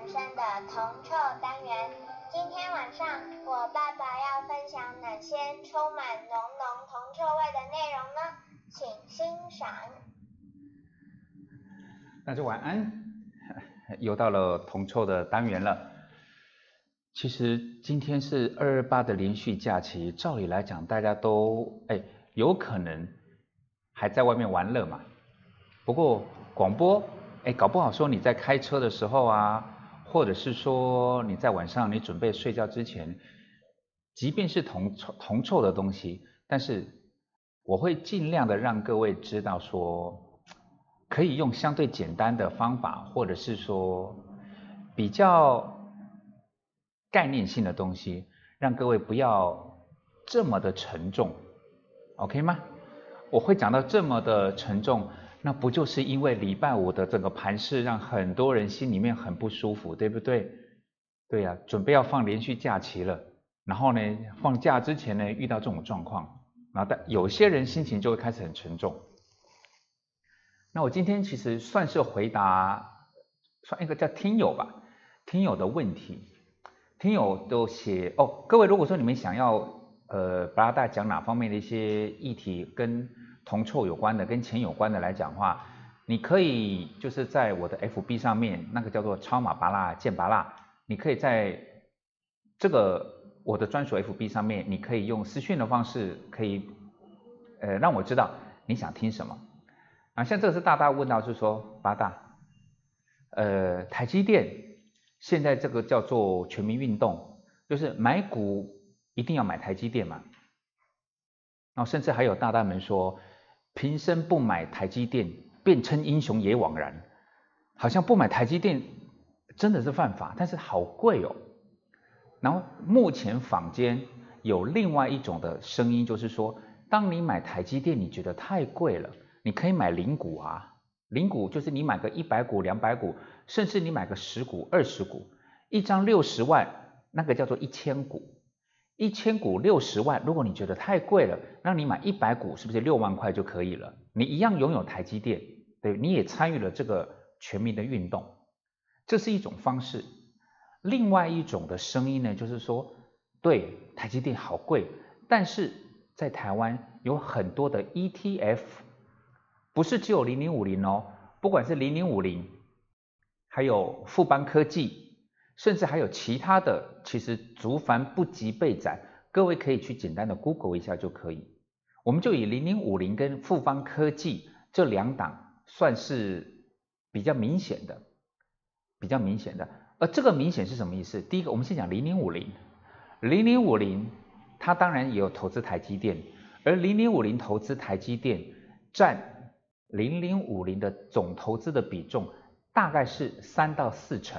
人生的铜臭单元。今天晚上我爸爸要分享哪些充满浓浓铜臭味的内容呢？请欣赏。 大家晚安，又到了铜臭的单元了。其实今天是228的连续假期，照理来讲大家都有可能还在外面玩乐嘛。不过广播搞不好说你在开车的时候啊，或者是说你在晚上你准备睡觉之前，即便是铜臭的东西，但是我会尽量的让各位知道说，可以用相对简单的方法，或者是说比较概念性的东西，让各位不要这么的沉重 ，OK 吗？我会讲到这么的沉重，那不就是因为礼拜五的整个盘势让很多人心里面很不舒服，对不对？对呀，准备要放连续假期了，然后呢，放假之前呢遇到这种状况，然后有些人心情就会开始很沉重。那我今天其实算是回答，算一个叫听友吧，听友的问题，听友都写各位如果说你们想要巴拉大讲哪方面的一些议题跟铜臭有关的，跟钱有关的来讲的话，你可以就是在我的 FB 上面，那个叫做超马巴拉见巴拉，你可以在这个我的专属 FB 上面，你可以用私讯的方式，可以让我知道你想听什么。像这个是大大问到，就是说八大，台积电现在这个叫做全民运动，就是买股一定要买台积电嘛。然后甚至还有大大们说，平生不买台积电，便称英雄也枉然。好像不买台积电真的是犯法，但是好贵哦。然后目前坊间有另外一种的声音，就是说，当你买台积电，你觉得太贵了。你可以买零股啊，零股就是你买个100股、200股，甚至你买个10股、20股，一张60万，那个叫做1000股，1000股60万，如果你觉得太贵了，那你买100股是不是6万块就可以了？你一样拥有台积电，对，你也参与了这个全民的运动，这是一种方式。另外一种的声音呢，就是说，对，台积电好贵，但是在台湾有很多的 ETF。不是只有0050哦，不管是0050，还有富邦科技，甚至还有其他的，其实族繁不及备载，各位可以去简单的 Google 一下就可以。我们就以0050跟富邦科技这2档算是比较明显的，而这个明显是什么意思？第一个，我们先讲0050它当然也有投资台积电，而0050投资台积电占0050的总投资的比重大概是3到4成，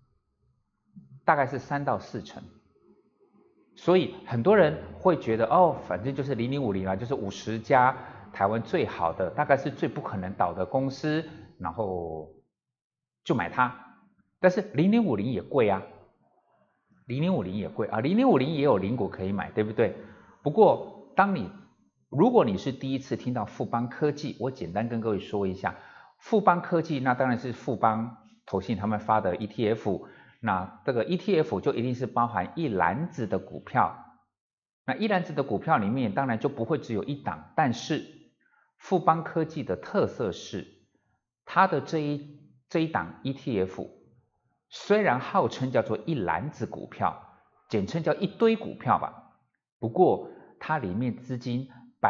所以很多人会觉得反正就是0050啦，就是50家台湾最好的，大概是最不可能倒的公司，然后就买它。但是0050也贵啊，0050也有零股可以买，对不对？不过如果你是第一次听到富邦科技，我简单跟各位说一下，富邦科技那当然是富邦投信他们发的 ETF， 那这个 ETF 就一定是包含一篮子的股票，那一篮子的股票里面当然就不会只有一档，但是富邦科技的特色是它的这一档 ETF 虽然号称叫做一篮子股票，简称叫一堆股票吧，不过它里面资金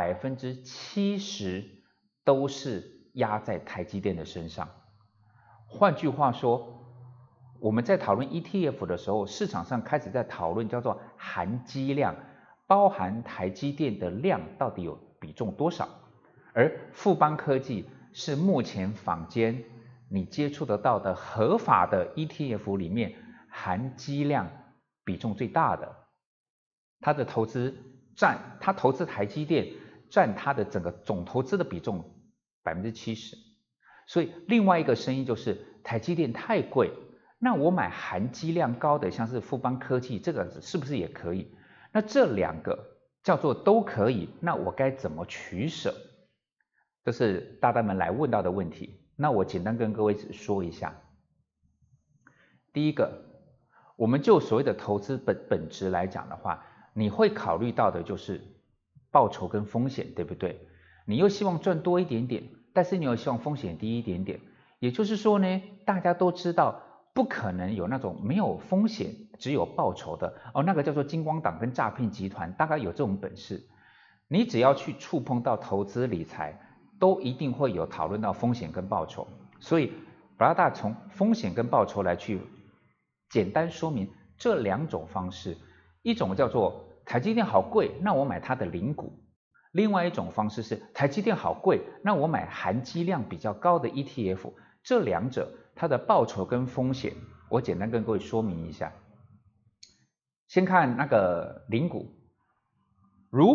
70%都是压在台积电的身上。换句话说，我们在讨论 ETF 的时候，市场上开始在讨论叫做含积量，包含台积电的量到底有比重多少。而富邦科技是目前坊间你接触得到的合法的 ETF 里面含积量比重最大的，它的投资它投资台积电占它的整个总投资的比重70%。所以另外一个声音就是台积电太贵，那我买含积量高的像是富邦科技，这个是不是也可以？那这2个叫做都可以，那我该怎么取舍？这是大大们来问到的问题，那我简单跟各位说一下。 第一个，我们就所谓的投资本质来讲的话，你会考虑到的就是报酬跟风险，对不对？你又希望赚多一点点，但是你又希望风险低一点点。也就是说呢，大家都知道不可能有那种没有风险只有报酬的哦，那个叫做金光党跟诈骗集团，大概有这种本事。你只要去触碰到投资理财，都一定会有讨论到风险跟报酬。所以巴拉大从风险跟报酬来去简单说明这两种方式，一种叫做台积电好贵，那我买它的零股；另外一种方式是台积电好贵，那我买含积量比较高的 ETF。这两者它的报酬跟风险，我简单跟各位说明一下。先看那个零股，如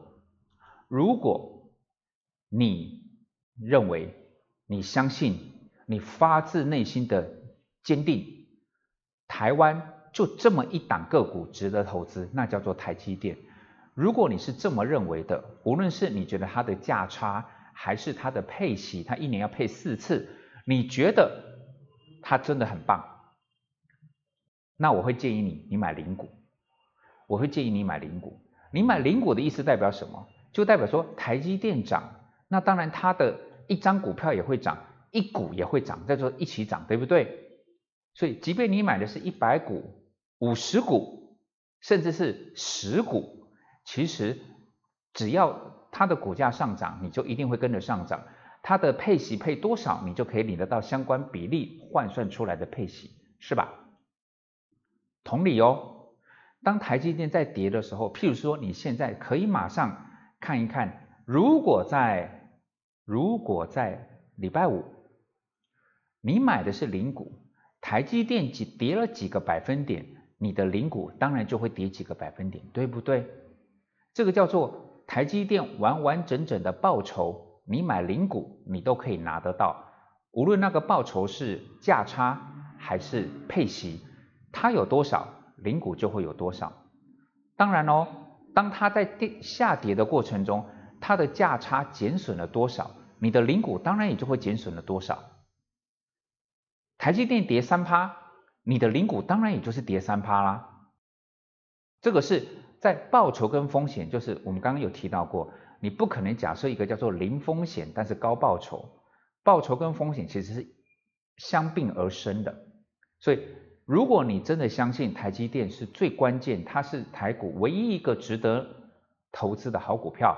果你认为，你相信，你发自内心的坚定，台湾就这么一档个股值得投资，那叫做台积电。如果你是这么认为的，无论是你觉得它的价差，还是它的配息，它一年要配4次，你觉得它真的很棒，那我会建议你买零股。我会建议你买零股。你买零股的意思代表什么？就代表说台积电涨，那当然它的一张股票也会涨，一股也会涨，叫做一起涨，对不对？所以即便你买的是100股、50股，甚至是10股，其实只要它的股价上涨，你就一定会跟着上涨。它的配息配多少，你就可以领得到相关比例换算出来的配息，是吧？同理哦，当台积电在跌的时候，譬如说你现在可以马上看一看，如果在礼拜五你买的是零股，台积电跌了几个百分点，你的零股当然就会跌几个百分点，对不对？这个叫做台积电完完整整的报酬，你买零股你都可以拿得到，无论那个报酬是价差还是配息，它有多少，零股就会有多少。当然哦，当它在下跌的过程中，它的价差减损了多少，你的零股当然也就会减损了多少。台积电跌 3%， 你的零股当然也就是跌 3% 啦。这个是在报酬跟风险，就是我们刚刚有提到过，你不可能假设一个叫做零风险但是高报酬，报酬跟风险其实是相并而生的。所以如果你真的相信台积电是最关键，它是台股唯一一个值得投资的好股票，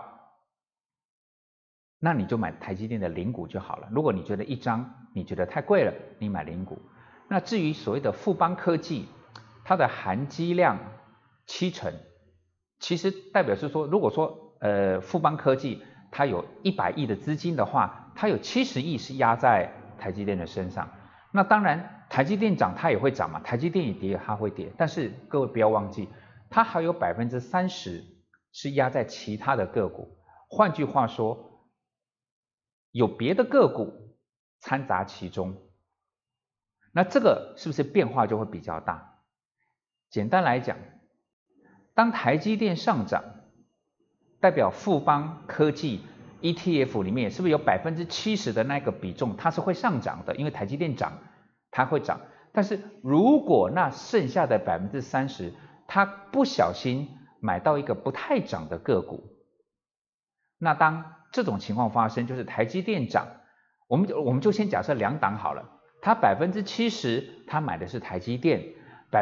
那你就买台积电的零股就好了。如果你觉得一张你觉得太贵了，你买零股。那至于所谓的富邦科技，它的含积量70%，其实代表是说，如果说富邦科技它有100亿的资金的话，它有70亿是压在台积电的身上。那当然台积电涨它也会涨嘛，台积电也跌它会跌，但是各位不要忘记，它还有30%是压在其他的个股。换句话说，有别的个股掺杂其中，那这个是不是变化就会比较大？简单来讲，当台积电上涨，代表富邦科技 ETF 里面是不是有70%的那个比重它是会上涨的？因为台积电涨它会涨，但是如果那剩下的30%它不小心买到一个不太涨的个股，那当这种情况发生，就是台积电涨，我们就先假设两档好了，它70%它买的是台积电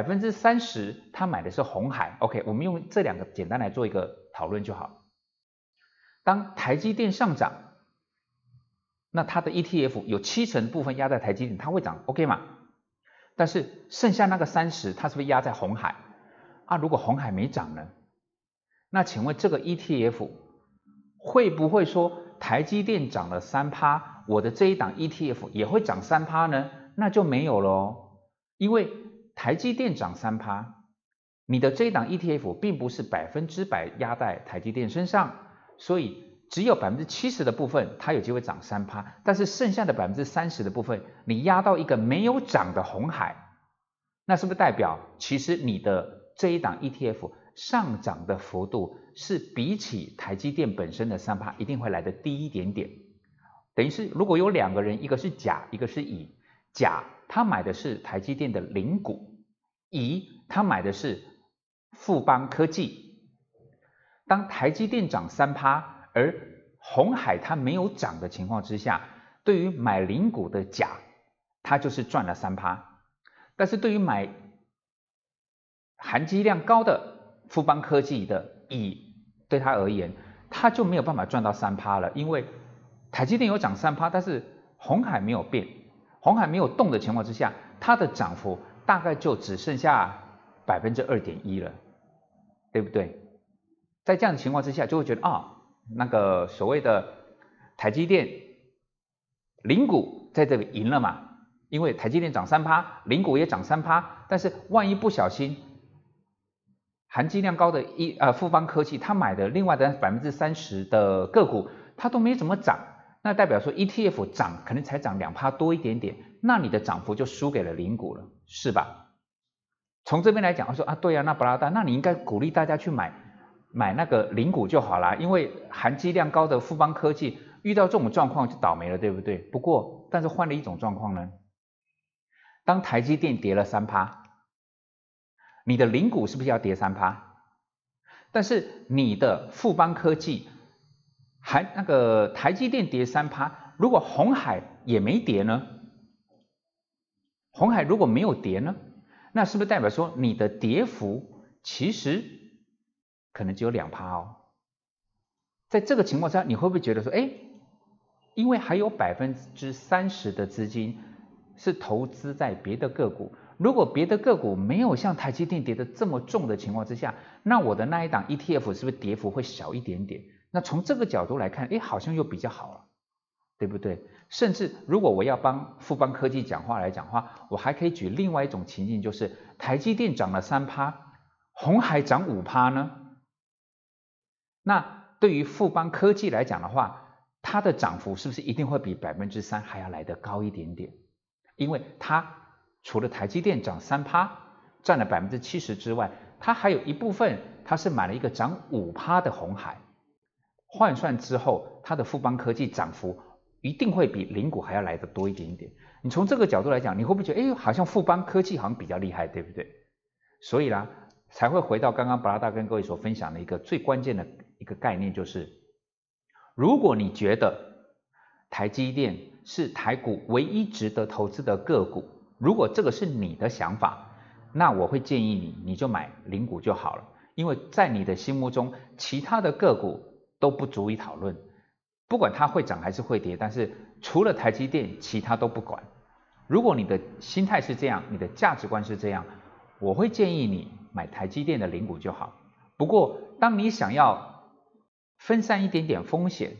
，30%它买的是鸿海。 OK， 我们用这两个简单来做一个讨论就好。当台积电上涨，那它的 ETF 有70%部分压在台积电，它会涨 OK 嘛？但是剩下那个30%它是不是压在鸿海啊？如果鸿海没涨呢？那请问这个 ETF 会不会说台积电涨了 3%， 我的这一档 ETF 也会涨 3% 呢？那就没有了哦。因为台积电涨 3%， 你的这一档 ETF 并不是100%压在台积电身上，所以只有70%的部分它有机会涨 3%， 但是剩下的30%的部分你压到一个没有涨的鸿海，那是不是代表其实你的这一档 ETF 上涨的幅度是比起台积电本身的 3% 一定会来得低一点点？等于是如果有两个人，一个是甲一个是乙， 甲他买的是台积电的零股，乙他买的是富邦科技。当台积电涨 3%， 而鸿海它没有涨的情况之下，对于买零股的甲，他就是赚了 3%， 但是对于买含积量高的富邦科技的乙，对他而言，他就没有办法赚到 3% 了，因为台积电有涨 3%， 但是鸿海没有变，鸿海没有动的情况之下，它的涨幅大概就只剩下 2.1% 了，对不对？在这样的情况之下，就会觉得那个所谓的台积电零股在这里赢了嘛，因为台积电涨 3%， 零股也涨 3%， 但是万一不小心含积量高的富邦科技，他买的另外的 30% 的个股，它都没怎么涨，那代表说 ETF 涨可能才涨 2% 多一点点，那你的涨幅就输给了零股了，是吧？从这边来讲，我说对啊，那布拉达，那你应该鼓励大家去买那个零股就好啦，因为含积量高的富邦科技遇到这种状况就倒霉了，对不对？不过，但是换了一种状况呢，当台积电跌了 3%， 你的零股是不是要跌 3%？ 但是你的富邦科技那个台积电跌 3%， 如果鸿海也没跌呢？鸿海如果没有跌呢？那是不是代表说你的跌幅其实可能只有 2% 哦？在这个情况下，你会不会觉得说，因为还有 30% 的资金是投资在别的个股，如果别的个股没有像台积电跌得这么重的情况之下，那我的那一档 ETF 是不是跌幅会小一点点？那从这个角度来看，好像又比较好了，对不对？甚至如果我要帮富邦科技讲话来讲话，我还可以举另外一种情境，就是台积电涨了 3%， 鸿海涨 5% 呢？那对于富邦科技来讲的话，它的涨幅是不是一定会比 3% 还要来得高一点点？因为它除了台积电涨 3%， 占了 70% 之外，它还有一部分它是买了一个涨 5% 的鸿海，换算之后，它的富邦科技涨幅一定会比零股还要来得多一点点。你从这个角度来讲，你会不会觉得好像富邦科技好像比较厉害，对不对？所以啦，才会回到刚刚布拉大跟各位所分享的一个最关键的一个概念，就是如果你觉得台积电是台股唯一值得投资的个股，如果这个是你的想法，那我会建议你就买零股就好了，因为在你的心目中，其他的个股都不足以讨论，不管它会涨还是会跌，但是除了台积电，其他都不管。如果你的心态是这样，你的价值观是这样，我会建议你买台积电的零股就好。不过，当你想要分散一点点风险，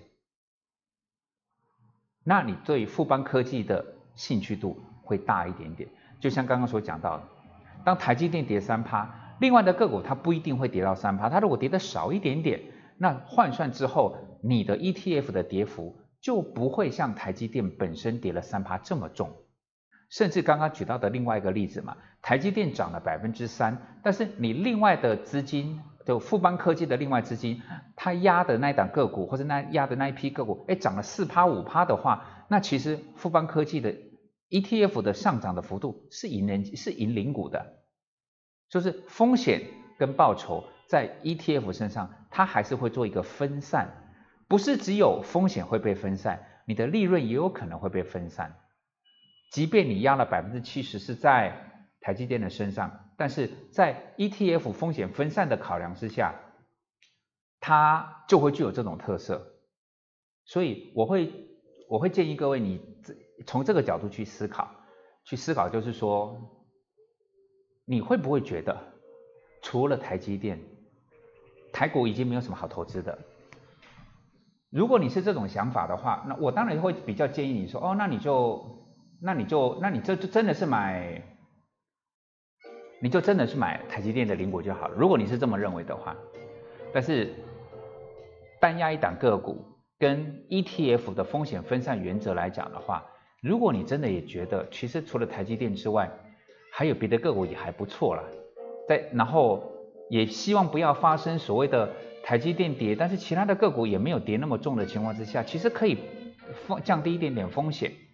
那你对富邦科技的兴趣度会大一点点。就像刚刚所讲到的，当台积电跌 3%， 另外的个股它不一定会跌到 3%， 它如果跌得少一点点，那换算之后，你的 ETF 的跌幅就不会像台积电本身跌了 3% 这么重。甚至刚刚举到的另外一个例子嘛，台积电涨了 3%， 但是你另外的资金，就富邦科技的另外资金，它压的那一档个股或者压的那一批个股，涨了 4%、5% 的话，那其实富邦科技的 ETF 的上涨的幅度是赢零股的，就是风险跟报酬在 ETF 身上，它还是会做一个分散，不是只有风险会被分散，你的利润也有可能会被分散。即便你压了 70% 是在台积电的身上，但是在 ETF 风险分散的考量之下，它就会具有这种特色。所以我会建议各位你从这个角度去思考就是说，你会不会觉得除了台积电，台股已经没有什么好投资的？如果你是这种想法的话，那我当然会比较建议你说，那你这就真的是买台积电的零股就好了。如果你是这么认为的话，但是单压一档个股跟 ETF 的风险分散原则来讲的话，如果你真的也觉得其实除了台积电之外，还有别的个股也还不错啦，然后也希望不要发生所谓的台积电跌，但是其他的个股也没有跌那么重的情况之下，其实可以降低一点点风险。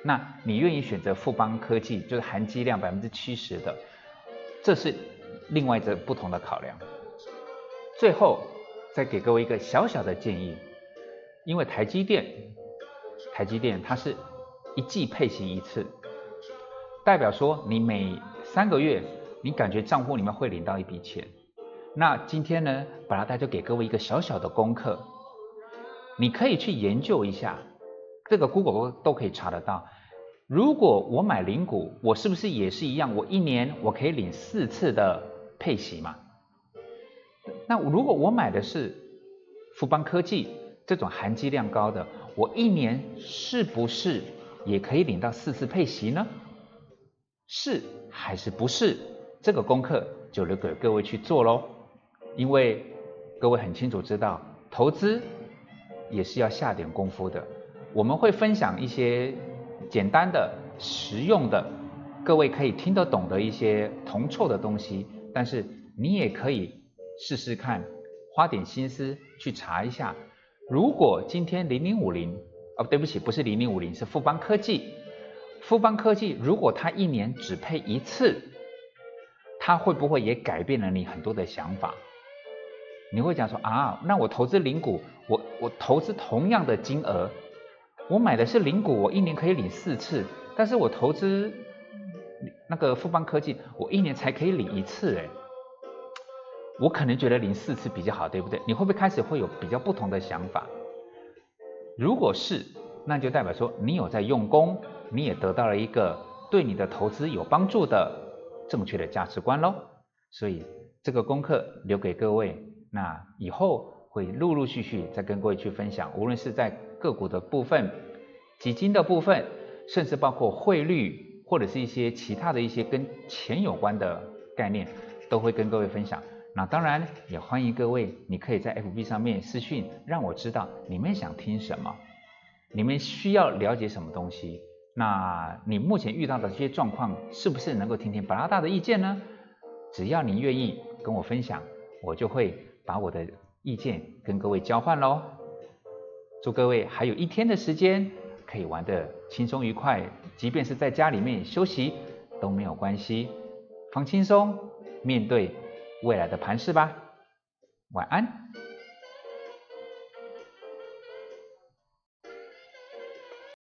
那你愿意选择富邦科技，就是含积量70%的，这是另外一个不同的考量。最后再给各位一个小小的建议，因为台积电它是一季配息一次，代表说你每3个月你感觉账户里面会领到一笔钱。那今天呢，巴拉达就给各位一个小小的功课，你可以去研究一下，这个 Google 都可以查得到。如果我买零股，我是不是也是一样？我一年我可以领4次的配息嘛？那如果我买的是富邦科技这种含积量高的，我一年是不是也可以领到4次配息呢？是还是不是？这个功课就留给各位去做咯。因为各位很清楚知道，投资也是要下点功夫的。我们会分享一些简单的、实用的，各位可以听得懂的一些铜臭的东西，但是你也可以试试看，花点心思去查一下。如果今天0050，对不起，不是0050，是富邦科技。富邦科技如果它一年只配1次，它会不会也改变了你很多的想法？你会讲说那我投资零股，我投资同样的金额，我买的是零股，我一年可以领4次，但是我投资那个富邦科技，我一年才可以领1次，我可能觉得领4次比较好，对不对？你会不会开始会有比较不同的想法？如果是，那就代表说你有在用功，你也得到了一个对你的投资有帮助的正确的价值观咯。所以这个功课留给各位，那以后会陆陆续续再跟各位去分享，无论是在个股的部分、基金的部分，甚至包括汇率或者是一些其他的一些跟钱有关的概念，都会跟各位分享。那当然也欢迎各位，你可以在 FB 上面私讯，让我知道你们想听什么，你们需要了解什么东西。那你目前遇到的这些状况，是不是能够听听巴拉达的意见呢？只要你愿意跟我分享，我就会把我的意见跟各位交换咯。祝各位还有1天的时间可以玩得轻松愉快，即便是在家里面休息都没有关系，放轻松面对未来的盘势吧。晚安。